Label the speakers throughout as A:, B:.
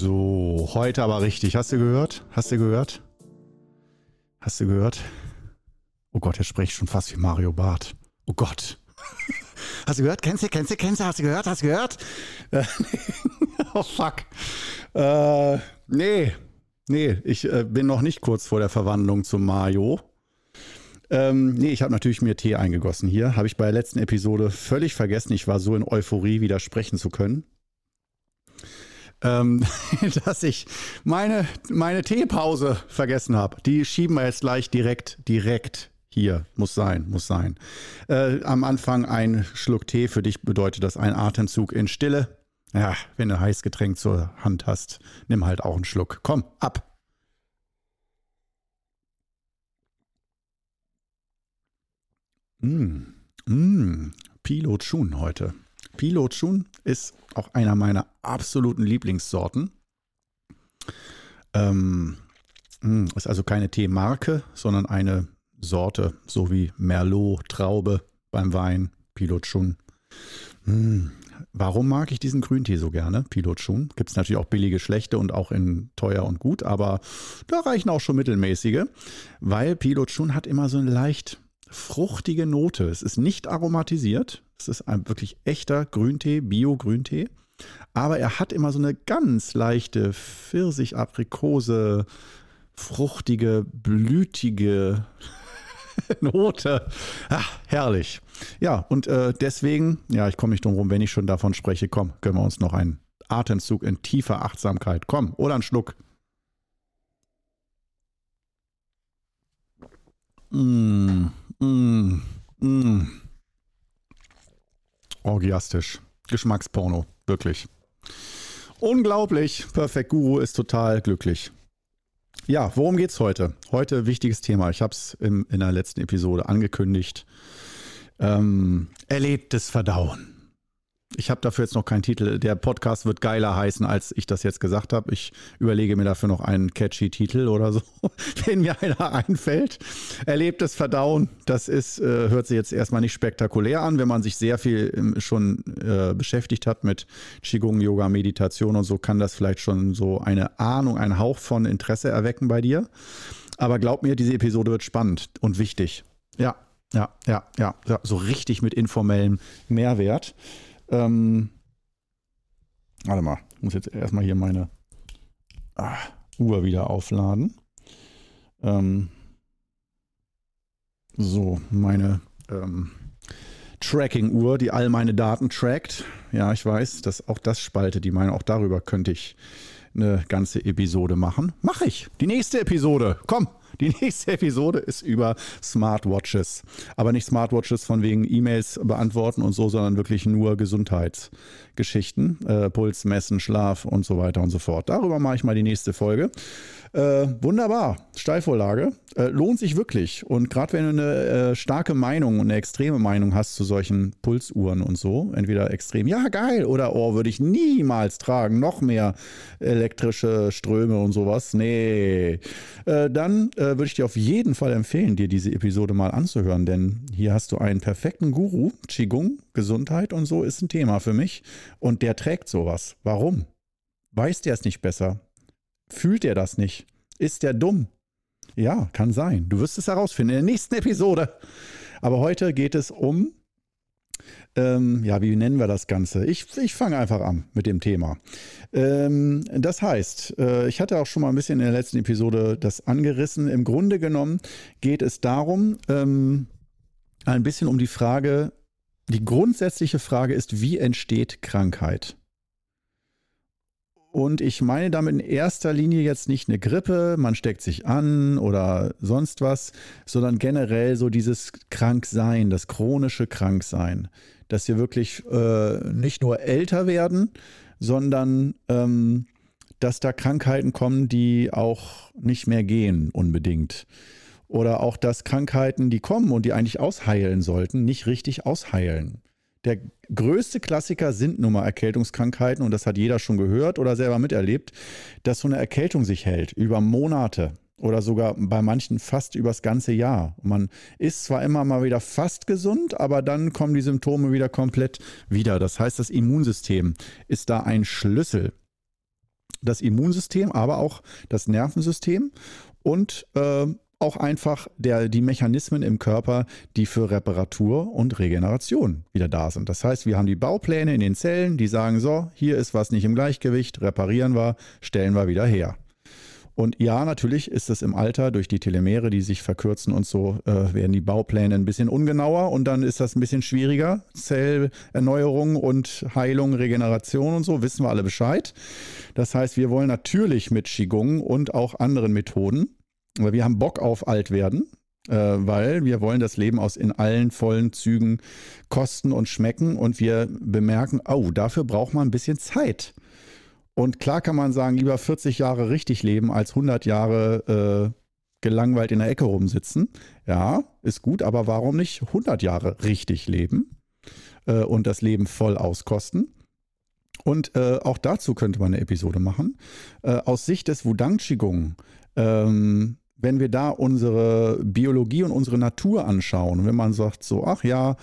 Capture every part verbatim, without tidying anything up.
A: So, heute aber richtig. Hast du gehört? Hast du gehört? Hast du gehört? Oh Gott, jetzt spreche ich schon fast wie Mario Barth. Oh Gott. Hast du gehört? Kennst du, kennst du, kennst du? Hast du gehört? Hast du gehört? Äh, oh fuck. Äh, nee, nee, ich äh, bin noch nicht kurz vor der Verwandlung zum Mario. Ähm, nee, ich habe natürlich mir Tee eingegossen hier. Habe ich bei der letzten Episode völlig vergessen. Ich war so in Euphorie, wieder sprechen zu können. Ähm, dass ich meine, meine Teepause vergessen habe. Die schieben wir jetzt gleich direkt, direkt hier. Muss sein, muss sein. Äh, am Anfang ein Schluck Tee. Für dich bedeutet das ein Atemzug in Stille. Ja, wenn du heißes Getränk zur Hand hast, nimm halt auch einen Schluck. Komm, ab. Mmh, mmh, Pilot Chun heute. Pilot Chun ist auch einer meiner absoluten Lieblingssorten. Ähm, mh, ist also keine Teemarke, sondern eine Sorte, so wie Merlot, Traube beim Wein, Pilot Chun. Mh, warum mag ich diesen Grüntee so gerne, Pilot Chun? Gibt es natürlich auch billige, schlechte und auch in teuer und gut, aber da reichen auch schon mittelmäßige, weil Pilot Chun hat immer so eine leicht fruchtige Note. Es ist nicht aromatisiert. Es ist ein wirklich echter Grüntee, Bio-Grüntee. Aber er hat immer so eine ganz leichte Pfirsich, Aprikose, fruchtige, blütige Note. Ach, herrlich. Ja, und äh, deswegen, ja, ich komme nicht drum rum, wenn ich schon davon spreche, komm, gönnen wir uns noch einen Atemzug in tiefer Achtsamkeit. Komm, oder einen Schluck. Mmh. Mm, mm. Orgiastisch. Geschmacksporno. Wirklich. Unglaublich. Perfect Guru ist total glücklich. Ja, worum geht's heute? Heute wichtiges Thema. Ich habe es in der letzten Episode angekündigt. Ähm, erlebtes Verdauen. Ich habe dafür jetzt noch keinen Titel. Der Podcast wird geiler heißen, als ich das jetzt gesagt habe. Ich überlege mir dafür noch einen catchy Titel oder so, wenn mir einer einfällt. Erlebtes Verdauen, das ist, äh, hört sich jetzt erstmal nicht spektakulär an, wenn man sich sehr viel ähm, schon äh, beschäftigt hat mit Qigong, Yoga, Meditation und so, kann das vielleicht schon so eine Ahnung, einen Hauch von Interesse erwecken bei dir. Aber glaub mir, diese Episode wird spannend und wichtig. Ja, ja, ja, ja, ja, so richtig mit informellem Mehrwert. Ähm, warte mal, ich muss jetzt erstmal hier meine ah, Uhr wieder aufladen. Ähm, so, meine ähm, Tracking-Uhr, die all meine Daten trackt. Ja, ich weiß, dass auch das spaltet die Meinung. Auch darüber könnte ich eine ganze Episode machen. Mache ich. Die nächste Episode. Komm. Die nächste Episode ist über Smartwatches. Aber nicht Smartwatches von wegen E-Mails beantworten und so, sondern wirklich nur Gesundheitsgeschichten. Äh, Puls messen, Schlaf und so weiter und so fort. Darüber mache ich mal die nächste Folge. Äh, wunderbar. Steilvorlage. Äh, lohnt sich wirklich. Und gerade wenn du eine äh, starke Meinung und eine extreme Meinung hast zu solchen Pulsuhren und so, entweder extrem, ja geil, oder oh, würde ich niemals tragen, noch mehr elektrische Ströme und sowas. Nee. Äh, dann äh, würde ich dir auf jeden Fall empfehlen, dir diese Episode mal anzuhören, denn hier hast du einen perfekten Guru. Qigong, Gesundheit und so ist ein Thema für mich. Und der trägt sowas. Warum? Weiß der es nicht besser? Fühlt er das nicht? Ist der dumm? Ja, kann sein. Du wirst es herausfinden in der nächsten Episode. Aber heute geht es um, ähm, ja, wie nennen wir das Ganze? Ich, ich fange einfach an mit dem Thema. Ähm, das heißt, äh, ich hatte auch schon mal ein bisschen in der letzten Episode das angerissen. Im Grunde genommen geht es darum, ähm, ein bisschen um die Frage, die grundsätzliche Frage ist, wie entsteht Krankheit? Und ich meine damit in erster Linie jetzt nicht eine Grippe, man steckt sich an oder sonst was, sondern generell so dieses Kranksein, das chronische Kranksein, dass wir wirklich äh, nicht nur älter werden, sondern ähm, dass da Krankheiten kommen, die auch nicht mehr gehen unbedingt. Oder auch, dass Krankheiten, die kommen und die eigentlich ausheilen sollten, nicht richtig ausheilen. Der größte Klassiker sind nun mal Erkältungskrankheiten und das hat jeder schon gehört oder selber miterlebt, dass so eine Erkältung sich hält über Monate oder sogar bei manchen fast übers ganze Jahr. Man ist zwar immer mal wieder fast gesund, aber dann kommen die Symptome wieder komplett wieder. Das heißt, das Immunsystem ist da ein Schlüssel. das Immunsystem, aber auch das Nervensystem und äh, auch einfach der, die Mechanismen im Körper, die für Reparatur und Regeneration wieder da sind. Das heißt, wir haben die Baupläne in den Zellen, die sagen so, hier ist was nicht im Gleichgewicht, reparieren wir, stellen wir wieder her. Und ja, natürlich ist es im Alter durch die Telemere, die sich verkürzen und so, äh, werden die Baupläne ein bisschen ungenauer und dann ist das ein bisschen schwieriger. Zellerneuerung und Heilung, Regeneration und so, wissen wir alle Bescheid. Das heißt, wir wollen natürlich mit Qigong und auch anderen Methoden, weil wir haben Bock auf Altwerden, äh, weil wir wollen das Leben aus in allen vollen Zügen kosten und schmecken und wir bemerken, oh, dafür braucht man ein bisschen Zeit. Und klar kann man sagen, lieber vierzig Jahre richtig leben, als hundert Jahre äh, gelangweilt in der Ecke rumsitzen. Ja, ist gut, aber warum nicht hundert Jahre richtig leben äh, und das Leben voll auskosten? Und äh, auch dazu könnte man eine Episode machen. Äh, aus Sicht des Wudang Qigong, ähm, wenn wir da unsere Biologie und unsere Natur anschauen, wenn man sagt so, ach ja,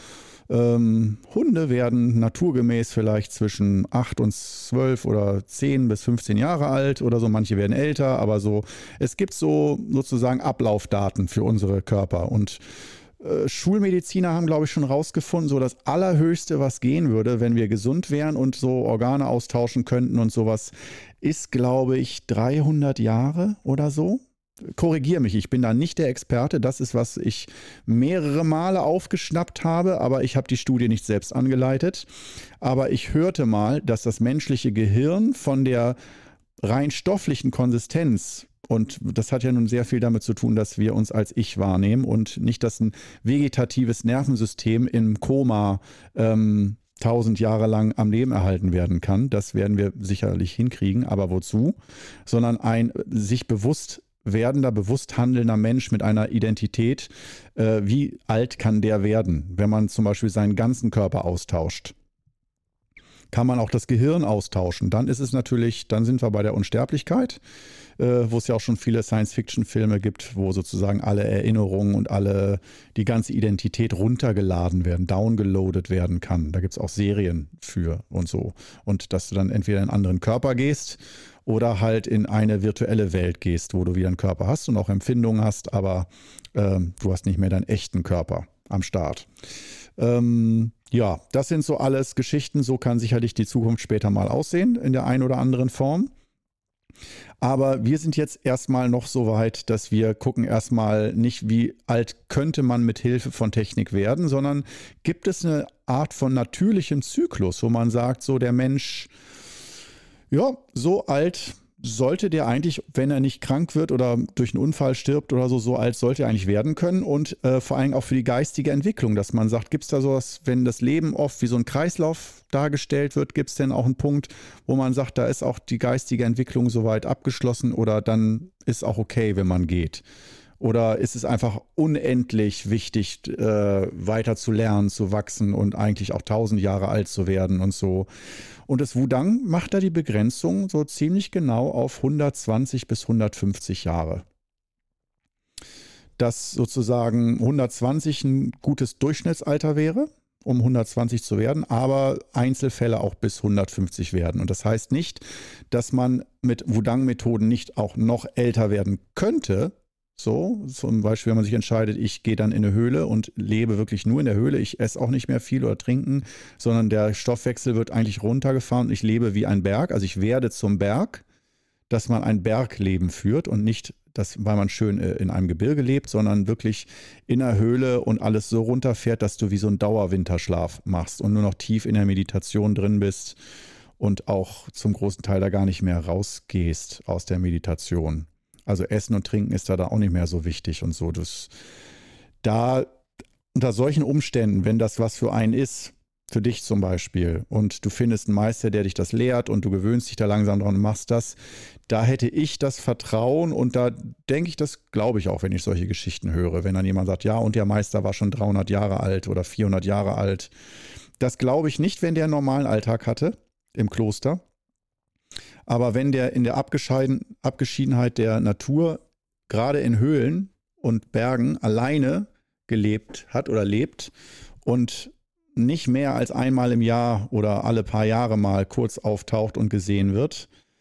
A: Ähm, Hunde werden naturgemäß vielleicht zwischen acht und zwölf oder zehn bis fünfzehn Jahre alt oder so. Manche werden älter, aber so, es gibt so sozusagen Ablaufdaten für unsere Körper. Und äh, Schulmediziner haben, glaube ich, schon rausgefunden, so das Allerhöchste, was gehen würde, wenn wir gesund wären und so Organe austauschen könnten und sowas, ist, glaube ich, dreihundert Jahre oder so. Korrigiere mich, ich bin da nicht der Experte. Das ist, was ich mehrere Male aufgeschnappt habe, aber ich habe die Studie nicht selbst angeleitet. Aber ich hörte mal, dass das menschliche Gehirn von der rein stofflichen Konsistenz, und das hat ja nun sehr viel damit zu tun, dass wir uns als Ich wahrnehmen und nicht, dass ein vegetatives Nervensystem im Koma ähm, tausend Jahre lang am Leben erhalten werden kann. Das werden wir sicherlich hinkriegen, aber wozu? Sondern ein sich bewusst werdender, bewusst handelnder Mensch mit einer Identität, äh, wie alt kann der werden, wenn man zum Beispiel seinen ganzen Körper austauscht? Kann man auch das Gehirn austauschen? Dann ist es natürlich, dann sind wir bei der Unsterblichkeit, äh, wo es ja auch schon viele Science-Fiction-Filme gibt, wo sozusagen alle Erinnerungen und alle, die ganze Identität runtergeladen werden, downgeloadet werden kann. Da gibt es auch Serien für und so. Und dass du dann entweder in einen anderen Körper gehst oder halt in eine virtuelle Welt gehst, wo du wieder einen Körper hast und auch Empfindungen hast, aber ähm, du hast nicht mehr deinen echten Körper am Start. Ähm, ja, das sind so alles Geschichten, so kann sicherlich die Zukunft später mal aussehen, in der einen oder anderen Form. Aber wir sind jetzt erstmal noch so weit, dass wir gucken erstmal nicht, wie alt könnte man mit Hilfe von Technik werden, sondern gibt es eine Art von natürlichem Zyklus, wo man sagt, so der Mensch, ja, so alt sollte der eigentlich, wenn er nicht krank wird oder durch einen Unfall stirbt oder so, so alt sollte er eigentlich werden können und äh, vor allem auch für die geistige Entwicklung, dass man sagt, gibt es da sowas, wenn das Leben oft wie so ein Kreislauf dargestellt wird, gibt es denn auch einen Punkt, wo man sagt, da ist auch die geistige Entwicklung soweit abgeschlossen oder dann ist auch okay, wenn man geht? Oder ist es einfach unendlich wichtig, äh, weiter zu lernen, zu wachsen und eigentlich auch tausend Jahre alt zu werden und so? Und das Wudang macht da die Begrenzung so ziemlich genau auf hundertzwanzig bis hundertfünfzig Jahre. Dass sozusagen hundertzwanzig ein gutes Durchschnittsalter wäre, um hundertzwanzig zu werden, aber Einzelfälle auch bis hundertfünfzig werden. Und das heißt nicht, dass man mit Wudang-Methoden nicht auch noch älter werden könnte. So, zum Beispiel, wenn man sich entscheidet, ich gehe dann in eine Höhle und lebe wirklich nur in der Höhle, ich esse auch nicht mehr viel oder trinken, sondern der Stoffwechsel wird eigentlich runtergefahren und ich lebe wie ein Berg, also ich werde zum Berg, dass man ein Bergleben führt und nicht, dass, weil man schön in einem Gebirge lebt, sondern wirklich in einer Höhle und alles so runterfährt, dass du wie so einen Dauerwinterschlaf machst und nur noch tief in der Meditation drin bist und auch zum großen Teil da gar nicht mehr rausgehst aus der Meditation. Also Essen und Trinken ist da, da auch nicht mehr so wichtig und so. Das, da unter solchen Umständen, wenn das was für einen ist, für dich zum Beispiel, und du findest einen Meister, der dich das lehrt und du gewöhnst dich da langsam dran und machst das, da hätte ich das Vertrauen und da denke ich, das glaube ich auch, wenn ich solche Geschichten höre. Wenn dann jemand sagt, ja, und der Meister war schon dreihundert Jahre alt oder vierhundert Jahre alt. Das glaube ich nicht, wenn der einen normalen Alltag hatte im Kloster. Aber wenn der in der Abgeschieden, Abgeschiedenheit der Natur, gerade in Höhlen und Bergen, alleine gelebt hat oder lebt und nicht mehr als einmal im Jahr oder alle paar Jahre mal kurz auftaucht und gesehen wird,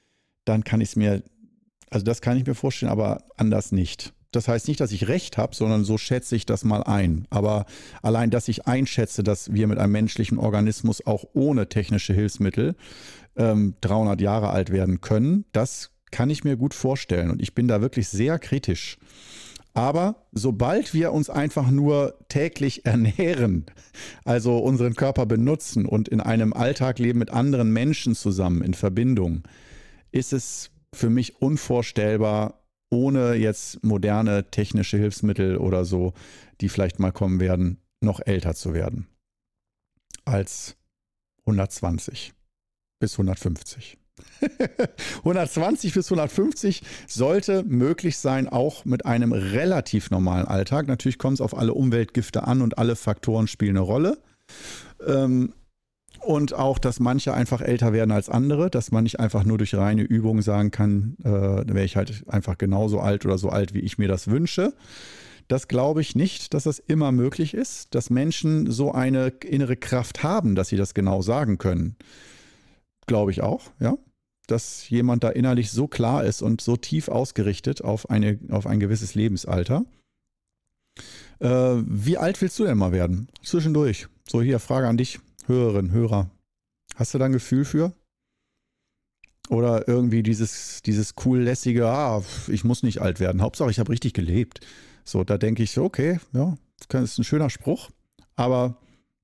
A: dann kann ich es mir, also das kann ich mir vorstellen, aber anders nicht. Das heißt nicht, dass ich recht habe, sondern so schätze ich das mal ein. Aber allein, dass ich einschätze, dass wir mit einem menschlichen Organismus auch ohne technische Hilfsmittel ähm, dreihundert Jahre alt werden können, das kann ich mir gut vorstellen. Und ich bin da wirklich sehr kritisch. Aber sobald wir uns einfach nur täglich ernähren, also unseren Körper benutzen und in einem Alltag leben mit anderen Menschen zusammen in Verbindung, ist es für mich unvorstellbar, ohne jetzt moderne technische Hilfsmittel oder so, die vielleicht mal kommen werden, noch älter zu werden als hundertzwanzig bis hundertfünfzig. hundertzwanzig bis hundertfünfzig sollte möglich sein, auch mit einem relativ normalen Alltag. Natürlich kommt es auf alle Umweltgifte an und alle Faktoren spielen eine Rolle. Ähm, Und auch, dass manche einfach älter werden als andere, dass man nicht einfach nur durch reine Übung sagen kann, äh, dann wäre ich halt einfach genauso alt oder so alt, wie ich mir das wünsche. Das glaube ich nicht, dass das immer möglich ist, dass Menschen so eine innere Kraft haben, dass sie das genau sagen können. Glaube ich auch, ja. Dass jemand da innerlich so klar ist und so tief ausgerichtet auf, eine, auf ein gewisses Lebensalter. Äh, wie alt willst du denn mal werden? Zwischendurch. So, hier, Frage an dich. Hörerin, Hörer, hast du da ein Gefühl für? Oder irgendwie dieses, dieses cool lässige, ah, ich muss nicht alt werden, Hauptsache ich habe richtig gelebt. So, da denke ich so, okay, ja, das ist ein schöner Spruch, aber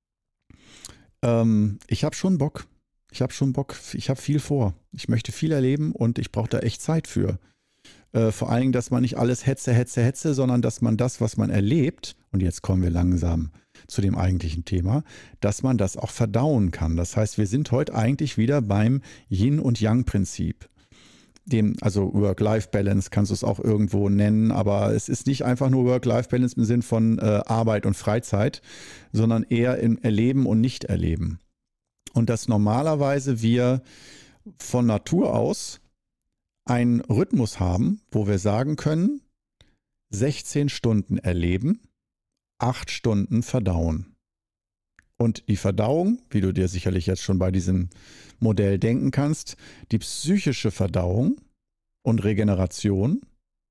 A: ähm, ich habe schon Bock. Ich habe schon Bock, ich habe viel vor. Ich möchte viel erleben und ich brauche da echt Zeit für. Äh, vor allen Dingen, dass man nicht alles hetze, hetze, hetze, sondern dass man das, was man erlebt, und jetzt kommen wir langsam zu dem eigentlichen Thema, dass man das auch verdauen kann. Das heißt, wir sind heute eigentlich wieder beim Yin- und Yang-Prinzip. Dem, also Work-Life-Balance kannst du es auch irgendwo nennen, aber es ist nicht einfach nur Work-Life-Balance im Sinn von äh, Arbeit und Freizeit, sondern eher im Erleben und Nicht-Erleben. Und dass normalerweise wir von Natur aus einen Rhythmus haben, wo wir sagen können, sechzehn Stunden erleben, acht Stunden verdauen. Und die Verdauung, wie du dir sicherlich jetzt schon bei diesem Modell denken kannst, die psychische Verdauung und Regeneration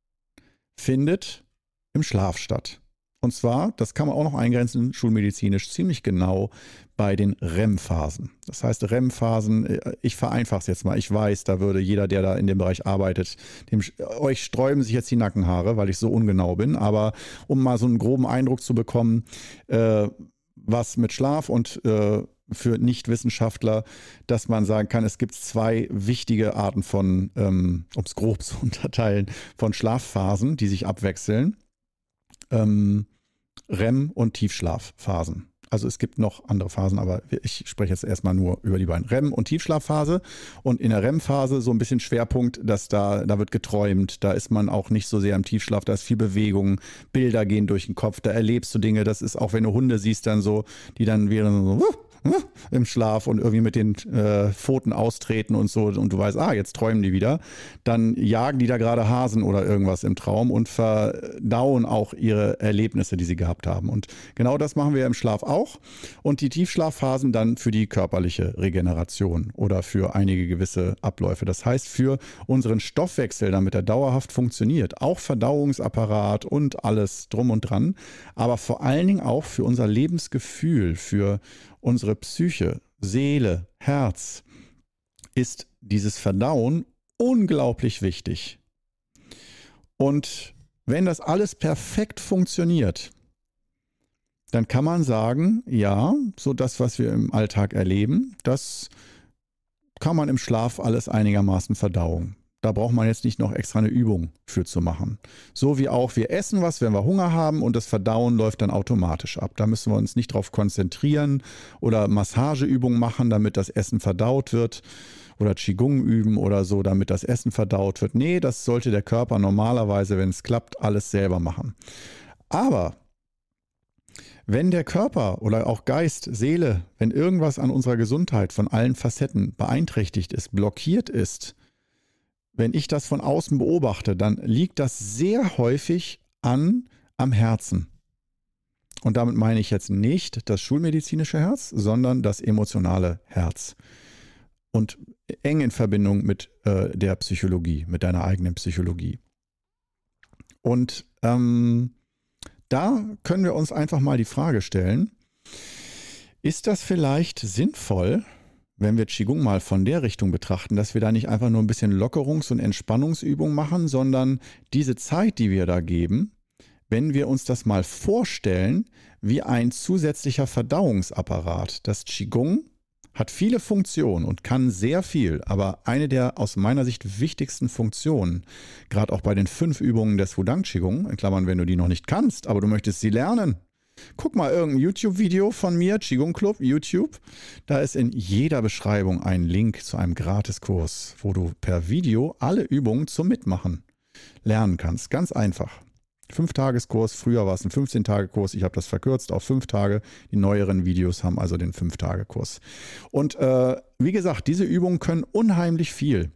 A: findet im Schlaf statt. Und zwar, das kann man auch noch eingrenzen, schulmedizinisch ziemlich genau bei den R E M-Phasen. Das heißt, R E M-Phasen, ich vereinfache es jetzt mal, ich weiß, da würde jeder, der da in dem Bereich arbeitet, dem, euch sträuben sich jetzt die Nackenhaare, weil ich so ungenau bin, aber um mal so einen groben Eindruck zu bekommen, äh, was mit Schlaf und äh, für Nichtwissenschaftler, dass man sagen kann, es gibt zwei wichtige Arten von, ähm, um es grob zu unterteilen, von Schlafphasen, die sich abwechseln. Ähm, R E M und Tiefschlafphasen. Also es gibt noch andere Phasen, aber ich spreche jetzt erstmal nur über die beiden. R E M und Tiefschlafphase. Und in der R E M-Phase so ein bisschen Schwerpunkt, dass da, da wird geträumt, da ist man auch nicht so sehr im Tiefschlaf, da ist viel Bewegung, Bilder gehen durch den Kopf, da erlebst du Dinge, das ist auch, wenn du Hunde siehst, dann so, die dann wieder so im Schlaf und irgendwie mit den äh, Pfoten austreten und so und du weißt, ah, jetzt träumen die wieder, dann jagen die da gerade Hasen oder irgendwas im Traum und verdauen auch ihre Erlebnisse, die sie gehabt haben. Und genau das machen wir im Schlaf auch und die Tiefschlafphasen dann für die körperliche Regeneration oder für einige gewisse Abläufe. Das heißt, für unseren Stoffwechsel, damit er dauerhaft funktioniert, auch Verdauungsapparat und alles drum und dran, aber vor allen Dingen auch für unser Lebensgefühl, für unsere Psyche, Seele, Herz, ist dieses Verdauen unglaublich wichtig. Und wenn das alles perfekt funktioniert, dann kann man sagen, ja, so das, was wir im Alltag erleben, das kann man im Schlaf alles einigermaßen verdauen. Da braucht man jetzt nicht noch extra eine Übung für zu machen. So wie auch wir essen was, wenn wir Hunger haben und das Verdauen läuft dann automatisch ab. Da müssen wir uns nicht drauf konzentrieren oder Massageübungen machen, damit das Essen verdaut wird oder Qigong üben oder so, damit das Essen verdaut wird. Nee, das sollte der Körper normalerweise, wenn es klappt, alles selber machen. Aber wenn der Körper oder auch Geist, Seele, wenn irgendwas an unserer Gesundheit von allen Facetten beeinträchtigt ist, blockiert ist, wenn ich das von außen beobachte, dann liegt das sehr häufig an am Herzen. Und damit meine ich jetzt nicht das schulmedizinische Herz, sondern das emotionale Herz. Und eng in Verbindung mit äh, der Psychologie, mit deiner eigenen Psychologie. Und ähm, da können wir uns einfach mal die Frage stellen, ist das vielleicht sinnvoll, wenn wir Qigong mal von der Richtung betrachten, dass wir da nicht einfach nur ein bisschen Lockerungs- und Entspannungsübung machen, sondern diese Zeit, die wir da geben, wenn wir uns das mal vorstellen, wie ein zusätzlicher Verdauungsapparat. Das Qigong hat viele Funktionen und kann sehr viel, aber eine der aus meiner Sicht wichtigsten Funktionen, gerade auch bei den fünf Übungen des Wudang Qigong, in Klammern, wenn du die noch nicht kannst, aber du möchtest sie lernen, guck mal irgendein YouTube-Video von mir, Qigong Club, YouTube, da ist in jeder Beschreibung ein Link zu einem Gratiskurs, wo du per Video alle Übungen zum Mitmachen lernen kannst, ganz einfach. Fünf-Tageskurs, früher war es ein fünfzehn-Tage-Kurs, ich habe das verkürzt auf fünf Tage. Die neueren Videos haben also den fünf-Tage-Kurs. Und äh, wie gesagt, diese Übungen können unheimlich viel,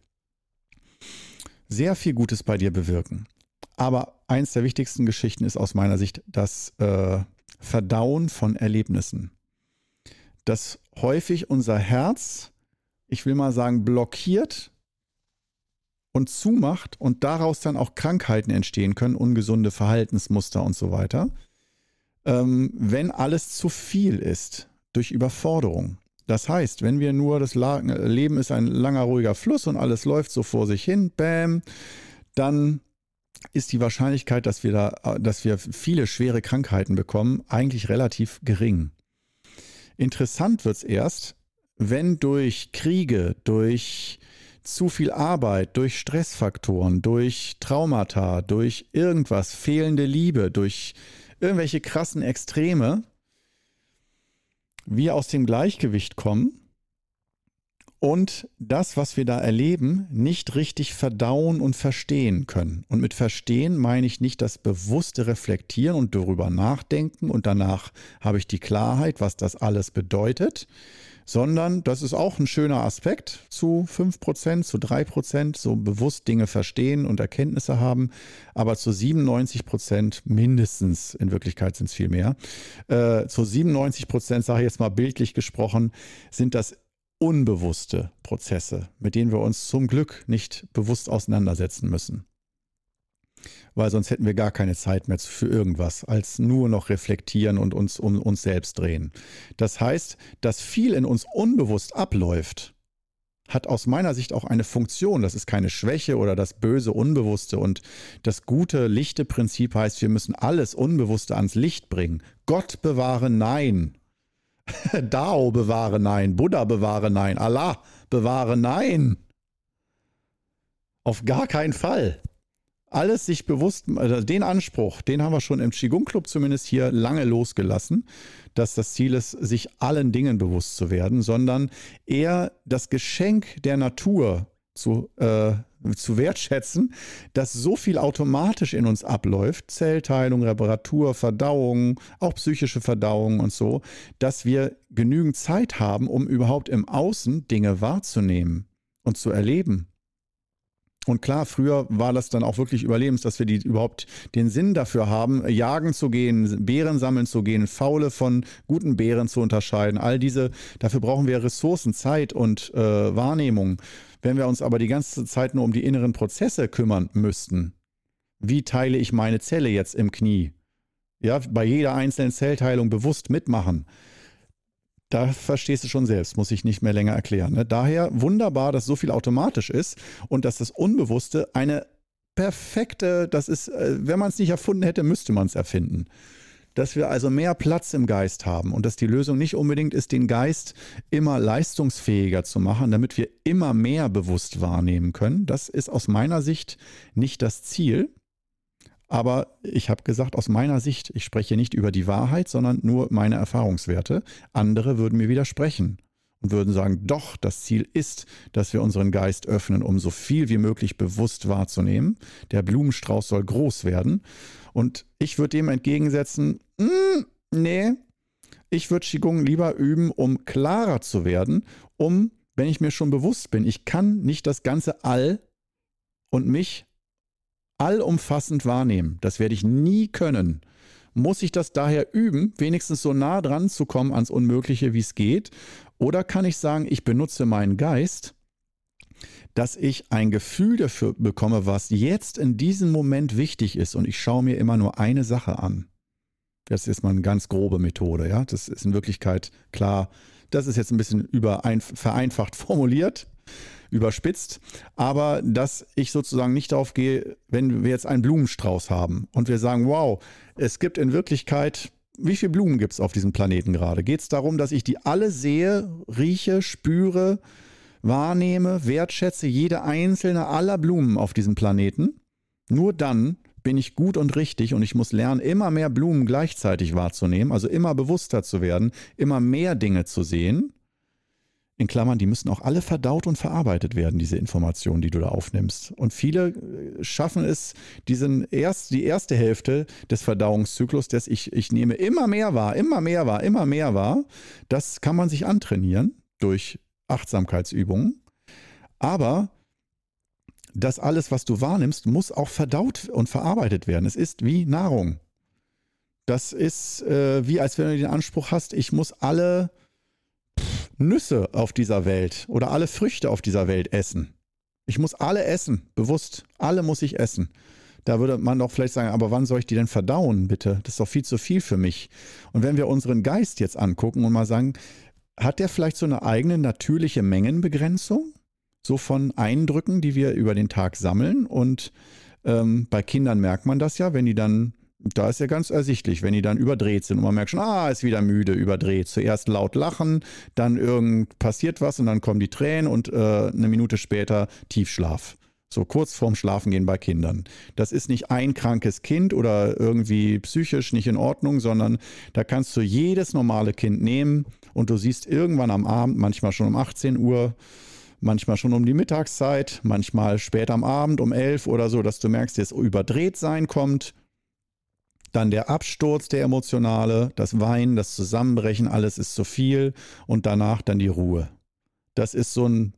A: sehr viel Gutes bei dir bewirken. Aber eins der wichtigsten Geschichten ist aus meiner Sicht das äh, Verdauen von Erlebnissen. Dass häufig unser Herz, ich will mal sagen, blockiert und zumacht und daraus dann auch Krankheiten entstehen können, ungesunde Verhaltensmuster und so weiter, ähm, wenn alles zu viel ist durch Überforderung. Das heißt, wenn wir nur, das Leben ist ein langer, ruhiger Fluss und alles läuft so vor sich hin, bam, dann ist die Wahrscheinlichkeit, dass wir da, dass wir viele schwere Krankheiten bekommen, eigentlich relativ gering. Interessant wird es erst, wenn durch Kriege, durch zu viel Arbeit, durch Stressfaktoren, durch Traumata, durch irgendwas, fehlende Liebe, durch irgendwelche krassen Extreme, wir aus dem Gleichgewicht kommen und das, was wir da erleben, nicht richtig verdauen und verstehen können. Und mit Verstehen meine ich nicht das bewusste Reflektieren und darüber nachdenken und danach habe ich die Klarheit, was das alles bedeutet, sondern das ist auch ein schöner Aspekt, zu fünf Prozent, zu drei Prozent, so bewusst Dinge verstehen und Erkenntnisse haben, aber zu siebenundneunzig Prozent mindestens, in Wirklichkeit sind es viel mehr, äh, zu siebenundneunzig Prozent, sage ich jetzt mal bildlich gesprochen, sind das unbewusste Prozesse, mit denen wir uns zum Glück nicht bewusst auseinandersetzen müssen. Weil sonst hätten wir gar keine Zeit mehr für irgendwas, als nur noch reflektieren und uns um uns selbst drehen. Das heißt, dass viel in uns unbewusst abläuft, hat aus meiner Sicht auch eine Funktion. Das ist keine Schwäche oder das böse Unbewusste. Und das gute Lichte-Prinzip heißt, wir müssen alles Unbewusste ans Licht bringen. Gott bewahre Nein. Dao bewahre Nein. Buddha bewahre Nein. Allah bewahre Nein. Auf gar keinen Fall. Alles sich bewusst, also den Anspruch, den haben wir schon im Qigong Club zumindest hier lange losgelassen, dass das Ziel ist, sich allen Dingen bewusst zu werden, sondern eher das Geschenk der Natur zu, äh, zu wertschätzen, dass so viel automatisch in uns abläuft, Zellteilung, Reparatur, Verdauung, auch psychische Verdauung und so, dass wir genügend Zeit haben, um überhaupt im Außen Dinge wahrzunehmen und zu erleben. Und klar, früher war das dann auch wirklich überlebens, dass wir die überhaupt den Sinn dafür haben, jagen zu gehen, Beeren sammeln zu gehen, faule von guten Beeren zu unterscheiden. All diese, dafür brauchen wir Ressourcen, Zeit und äh, Wahrnehmung. Wenn wir uns aber die ganze Zeit nur um die inneren Prozesse kümmern müssten, wie teile ich meine Zelle jetzt im Knie? Ja, bei jeder einzelnen Zellteilung bewusst mitmachen. Da verstehst du schon selbst, muss ich nicht mehr länger erklären. Ne? Daher wunderbar, dass so viel automatisch ist und dass das Unbewusste eine perfekte, das ist, wenn man es nicht erfunden hätte, müsste man es erfinden. Dass wir also mehr Platz im Geist haben und dass die Lösung nicht unbedingt ist, den Geist immer leistungsfähiger zu machen, damit wir immer mehr bewusst wahrnehmen können. Das ist aus meiner Sicht nicht das Ziel. Aber ich habe gesagt, aus meiner Sicht, ich spreche nicht über die Wahrheit, sondern nur meine Erfahrungswerte. Andere würden mir widersprechen und würden sagen, doch, das Ziel ist, dass wir unseren Geist öffnen, um so viel wie möglich bewusst wahrzunehmen. Der Blumenstrauß soll groß werden. Und ich würde dem entgegensetzen, mm, nee, ich würde Qigong lieber üben, um klarer zu werden, um, wenn ich mir schon bewusst bin, ich kann nicht das ganze All und mich allumfassend wahrnehmen. Das werde ich nie können. Muss ich das daher üben, wenigstens so nah dran zu kommen ans Unmögliche, wie es geht? Oder kann ich sagen, ich benutze meinen Geist, dass ich ein Gefühl dafür bekomme, was jetzt in diesem Moment wichtig ist. Und ich schaue mir immer nur eine Sache an. Das ist mal eine ganz grobe Methode. Ja? Das ist in Wirklichkeit klar. Das ist jetzt ein bisschen überein, vereinfacht formuliert, überspitzt. Aber dass ich sozusagen nicht darauf gehe, wenn wir jetzt einen Blumenstrauß haben und wir sagen, wow, es gibt in Wirklichkeit, wie viele Blumen gibt es auf diesem Planeten gerade? Geht es darum, dass ich die alle sehe, rieche, spüre, wahrnehme, wertschätze, jede einzelne aller Blumen auf diesem Planeten? Nur dann bin ich gut und richtig und ich muss lernen, immer mehr Blumen gleichzeitig wahrzunehmen, also immer bewusster zu werden, immer mehr Dinge zu sehen. In Klammern, die müssen auch alle verdaut und verarbeitet werden, diese Informationen, die du da aufnimmst. Und viele schaffen es, diesen erst, die erste Hälfte des Verdauungszyklus, dass ich, ich nehme immer mehr wahr, immer mehr wahr, immer mehr wahr. Das kann man sich antrainieren durch Achtsamkeitsübungen. Aber das alles, was du wahrnimmst, muss auch verdaut und verarbeitet werden. Es ist wie Nahrung. Das ist äh, wie, als wenn du den Anspruch hast, ich muss alle Nüsse auf dieser Welt oder alle Früchte auf dieser Welt essen. Ich muss alle essen, bewusst. Alle muss ich essen. Da würde man doch vielleicht sagen, aber wann soll ich die denn verdauen, bitte? Das ist doch viel zu viel für mich. Und wenn wir unseren Geist jetzt angucken und mal sagen, hat der vielleicht so eine eigene natürliche Mengenbegrenzung? So von Eindrücken, die wir über den Tag sammeln. Und ähm, bei Kindern merkt man das ja, wenn die dann, da ist ja ganz ersichtlich, wenn die dann überdreht sind und man merkt schon, ah, ist wieder müde, überdreht. Zuerst laut lachen, dann irgend passiert was und dann kommen die Tränen und äh, eine Minute später Tiefschlaf. So kurz vorm Schlafengehen bei Kindern. Das ist nicht ein krankes Kind oder irgendwie psychisch nicht in Ordnung, sondern da kannst du jedes normale Kind nehmen und du siehst irgendwann am Abend, manchmal schon um achtzehn Uhr, manchmal schon um die Mittagszeit, manchmal spät am Abend um elf oder so, dass du merkst, dass Überdrehtsein kommt. Dann der Absturz, der emotionale, das Weinen, das Zusammenbrechen, alles ist zu viel und danach dann die Ruhe. Das ist so ein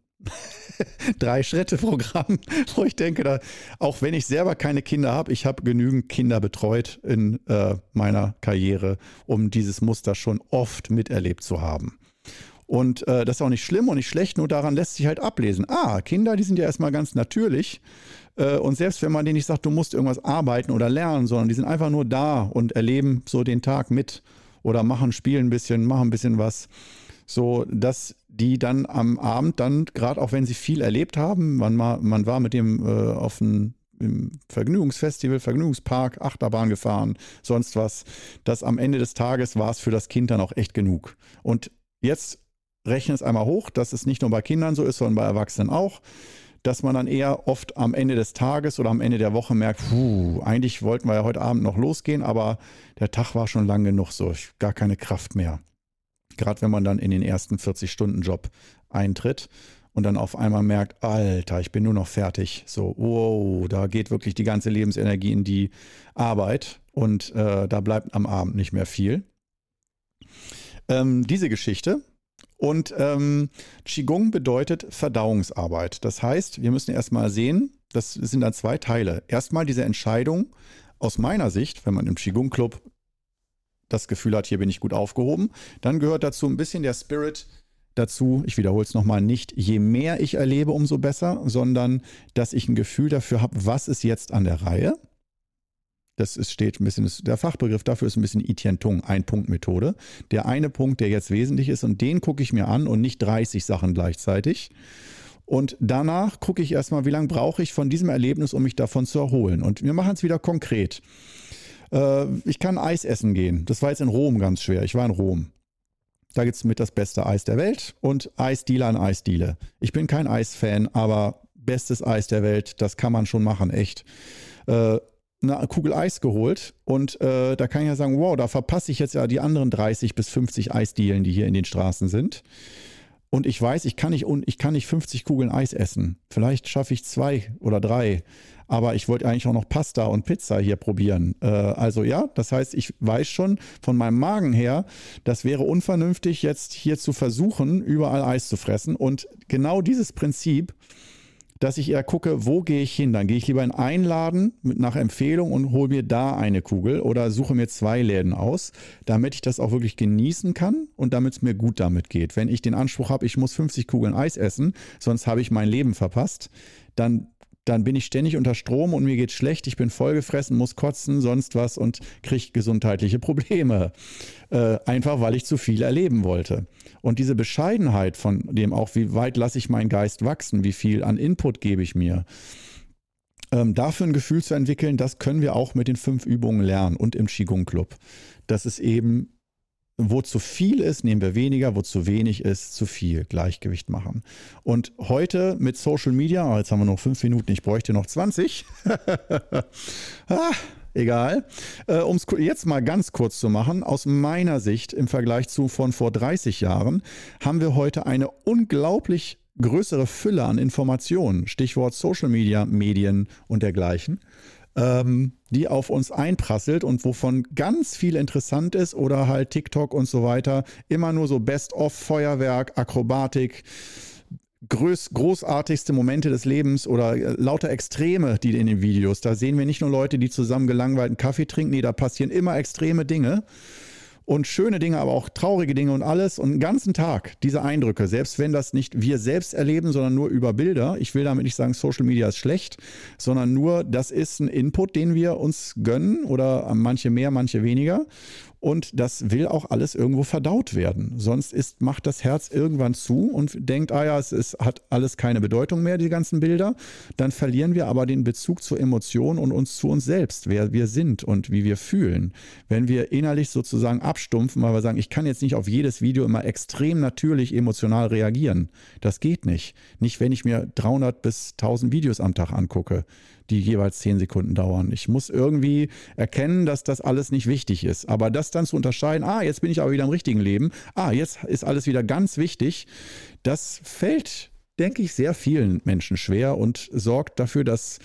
A: Drei-Schritte-Programm, wo ich denke, da, auch wenn ich selber keine Kinder habe, ich habe genügend Kinder betreut in äh, meiner Karriere, um dieses Muster schon oft miterlebt zu haben. Und äh, das ist auch nicht schlimm und nicht schlecht, nur daran lässt sich halt ablesen. Ah, Kinder, die sind ja erstmal ganz natürlich. Äh, und selbst wenn man denen nicht sagt, du musst irgendwas arbeiten oder lernen, sondern die sind einfach nur da und erleben so den Tag mit oder machen, spielen ein bisschen, machen ein bisschen was. So, dass die dann am Abend dann, gerade auch wenn sie viel erlebt haben, man, mal, man war mit dem äh, auf einem Vergnügungsfestival, Vergnügungspark, Achterbahn gefahren, sonst was, dass am Ende des Tages war es für das Kind dann auch echt genug. Und jetzt rechne es einmal hoch, dass es nicht nur bei Kindern so ist, sondern bei Erwachsenen auch, dass man dann eher oft am Ende des Tages oder am Ende der Woche merkt, puh, eigentlich wollten wir ja heute Abend noch losgehen, aber der Tag war schon lang genug, so ich, gar keine Kraft mehr. Gerade wenn man dann in den ersten vierzig-Stunden-Job eintritt und dann auf einmal merkt, Alter, ich bin nur noch fertig. So, wow, da geht wirklich die ganze Lebensenergie in die Arbeit und äh, da bleibt am Abend nicht mehr viel. Ähm, diese Geschichte. Und ähm, Qigong bedeutet Verdauungsarbeit. Das heißt, wir müssen erstmal sehen, das sind dann zwei Teile. Erstmal diese Entscheidung aus meiner Sicht, wenn man im Qigong-Club das Gefühl hat, hier bin ich gut aufgehoben. Dann gehört dazu ein bisschen der Spirit dazu, ich wiederhole es nochmal, nicht je mehr ich erlebe, umso besser, sondern dass ich ein Gefühl dafür habe, was ist jetzt an der Reihe. Das ist, steht ein bisschen, der Fachbegriff dafür ist ein bisschen I Tian Tung, Ein-Punkt-Methode. Der eine Punkt, der jetzt wesentlich ist und den gucke ich mir an und nicht dreißig Sachen gleichzeitig. Und danach gucke ich erstmal, wie lange brauche ich von diesem Erlebnis, um mich davon zu erholen. Und wir machen es wieder konkret. Ich kann Eis essen gehen. Das war jetzt in Rom ganz schwer. Ich war in Rom. Da gibt es mit das beste Eis der Welt und Eisdealer an Eisdiele. Ich bin kein Eisfan, aber bestes Eis der Welt, das kann man schon machen, echt. Äh, eine Kugel Eis geholt und äh, da kann ich ja sagen, wow, da verpasse ich jetzt ja die anderen dreißig bis fünfzig Eisdielen, die hier in den Straßen sind. Und ich weiß, ich kann nicht, ich kann nicht fünfzig Kugeln Eis essen. Vielleicht schaffe ich zwei oder drei. Aber ich wollte eigentlich auch noch Pasta und Pizza hier probieren. Äh, also ja, das heißt, ich weiß schon von meinem Magen her, das wäre unvernünftig, jetzt hier zu versuchen, überall Eis zu fressen. Und genau dieses Prinzip, dass ich eher gucke, wo gehe ich hin? Dann gehe ich lieber in einen Laden mit, nach Empfehlung und hole mir da eine Kugel oder suche mir zwei Läden aus, damit ich das auch wirklich genießen kann und damit es mir gut damit geht. Wenn ich den Anspruch habe, ich muss fünfzig Kugeln Eis essen, sonst habe ich mein Leben verpasst, dann dann bin ich ständig unter Strom und mir geht schlecht, ich bin vollgefressen, muss kotzen, sonst was und kriege gesundheitliche Probleme. Äh, einfach, weil ich zu viel erleben wollte. Und diese Bescheidenheit von dem auch, wie weit lasse ich meinen Geist wachsen, wie viel an Input gebe ich mir, ähm, dafür ein Gefühl zu entwickeln, das können wir auch mit den fünf Übungen lernen und im Qigong Club. Das ist eben, wo zu viel ist, nehmen wir weniger, wo zu wenig ist, zu viel Gleichgewicht machen. Und heute mit Social Media, oh, jetzt haben wir noch fünf Minuten, ich bräuchte noch zwanzig. ah, egal. Äh, um es jetzt mal ganz kurz zu machen, aus meiner Sicht im Vergleich zu von vor dreißig Jahren haben wir heute eine unglaublich größere Fülle an Informationen, Stichwort Social Media, Medien und dergleichen, ähm, die auf uns einprasselt und wovon ganz viel interessant ist oder halt TikTok und so weiter, immer nur so Best-of, Feuerwerk, Akrobatik, groß, großartigste Momente des Lebens oder äh, lauter Extreme, die in den Videos, da sehen wir nicht nur Leute, die zusammen gelangweilten Kaffee trinken, nee, da passieren immer extreme Dinge. Und schöne Dinge, aber auch traurige Dinge und alles. Und den ganzen Tag diese Eindrücke, selbst wenn das nicht wir selbst erleben, sondern nur über Bilder. Ich will damit nicht sagen, Social Media ist schlecht, sondern nur, das ist ein Input, den wir uns gönnen oder manche mehr, manche weniger. Und das will auch alles irgendwo verdaut werden. Sonst ist, macht das Herz irgendwann zu und denkt, ah ja, es ist, hat alles keine Bedeutung mehr, die ganzen Bilder. Dann verlieren wir aber den Bezug zur Emotion und uns zu uns selbst, wer wir sind und wie wir fühlen. Wenn wir innerlich sozusagen abstumpfen, weil wir sagen, ich kann jetzt nicht auf jedes Video immer extrem natürlich emotional reagieren. Das geht nicht. Nicht, wenn ich mir dreihundert bis tausend Videos am Tag angucke, die jeweils zehn Sekunden dauern. Ich muss irgendwie erkennen, dass das alles nicht wichtig ist. Aber das dann zu unterscheiden, ah, jetzt bin ich aber wieder im richtigen Leben, ah, jetzt ist alles wieder ganz wichtig, das fällt, denke ich, sehr vielen Menschen schwer und sorgt dafür, dass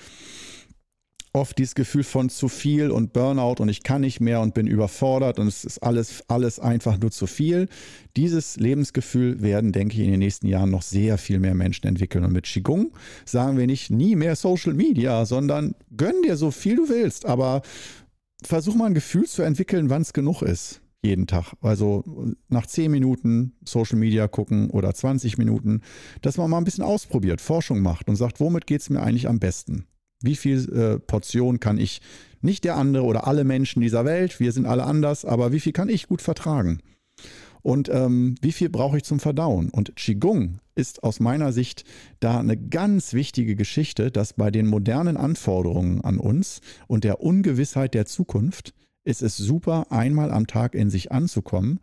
A: oft dieses Gefühl von zu viel und Burnout und ich kann nicht mehr und bin überfordert und es ist alles, alles einfach nur zu viel. Dieses Lebensgefühl werden, denke ich, in den nächsten Jahren noch sehr viel mehr Menschen entwickeln. Und mit Qigong sagen wir nicht nie mehr Social Media, sondern gönn dir so viel du willst, aber versuch mal ein Gefühl zu entwickeln, wann es genug ist. Jeden Tag. Also nach zehn Minuten Social Media gucken oder zwanzig Minuten, dass man mal ein bisschen ausprobiert, Forschung macht und sagt, womit geht es mir eigentlich am besten? Wie viel äh, Portion kann ich, nicht der andere oder alle Menschen dieser Welt, wir sind alle anders, aber wie viel kann ich gut vertragen? Und ähm, wie viel brauche ich zum Verdauen? Und Qigong ist aus meiner Sicht da eine ganz wichtige Geschichte, dass bei den modernen Anforderungen an uns und der Ungewissheit der Zukunft ist es super, einmal am Tag in sich anzukommen,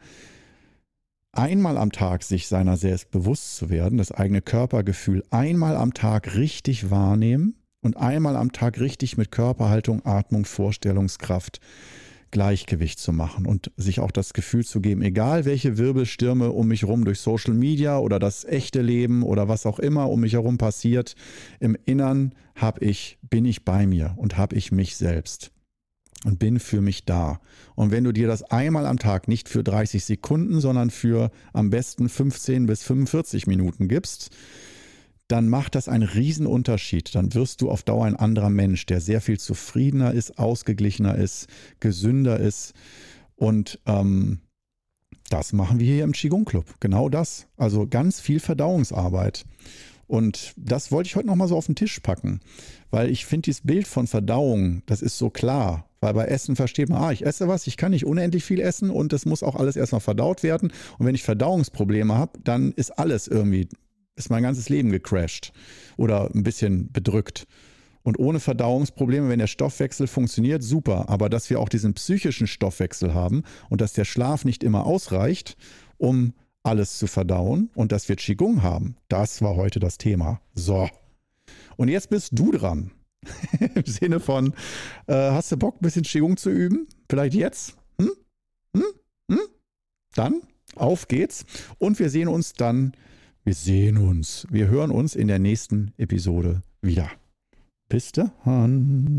A: einmal am Tag sich seiner selbst bewusst zu werden, das eigene Körpergefühl einmal am Tag richtig wahrnehmen, und einmal am Tag richtig mit Körperhaltung, Atmung, Vorstellungskraft Gleichgewicht zu machen und sich auch das Gefühl zu geben, egal welche Wirbelstürme um mich herum durch Social Media oder das echte Leben oder was auch immer um mich herum passiert, im Innern hab ich, bin ich bei mir und habe ich mich selbst und bin für mich da. Und wenn du dir das einmal am Tag nicht für dreißig Sekunden, sondern für am besten fünfzehn bis fünfundvierzig Minuten gibst, dann macht das einen riesen Unterschied. Dann wirst du auf Dauer ein anderer Mensch, der sehr viel zufriedener ist, ausgeglichener ist, gesünder ist. Und ähm, das machen wir hier im Qigong Club. Genau das. Also ganz viel Verdauungsarbeit. Und das wollte ich heute nochmal so auf den Tisch packen, weil ich finde dieses Bild von Verdauung, das ist so klar. Weil bei Essen versteht man, ah, ich esse was, ich kann nicht unendlich viel essen und das muss auch alles erstmal verdaut werden. Und wenn ich Verdauungsprobleme habe, dann ist alles irgendwie ist mein ganzes Leben gecrashed oder ein bisschen bedrückt. Und ohne Verdauungsprobleme, wenn der Stoffwechsel funktioniert, super. Aber dass wir auch diesen psychischen Stoffwechsel haben und dass der Schlaf nicht immer ausreicht, um alles zu verdauen und dass wir Qigong haben, das war heute das Thema. So. Und jetzt bist du dran. Im Sinne von, äh, hast du Bock, ein bisschen Qigong zu üben? Vielleicht jetzt? Hm? Hm? Hm? Dann, auf geht's. Und wir sehen uns dann Wir sehen uns. Wir hören uns in der nächsten Episode wieder. Bis dann.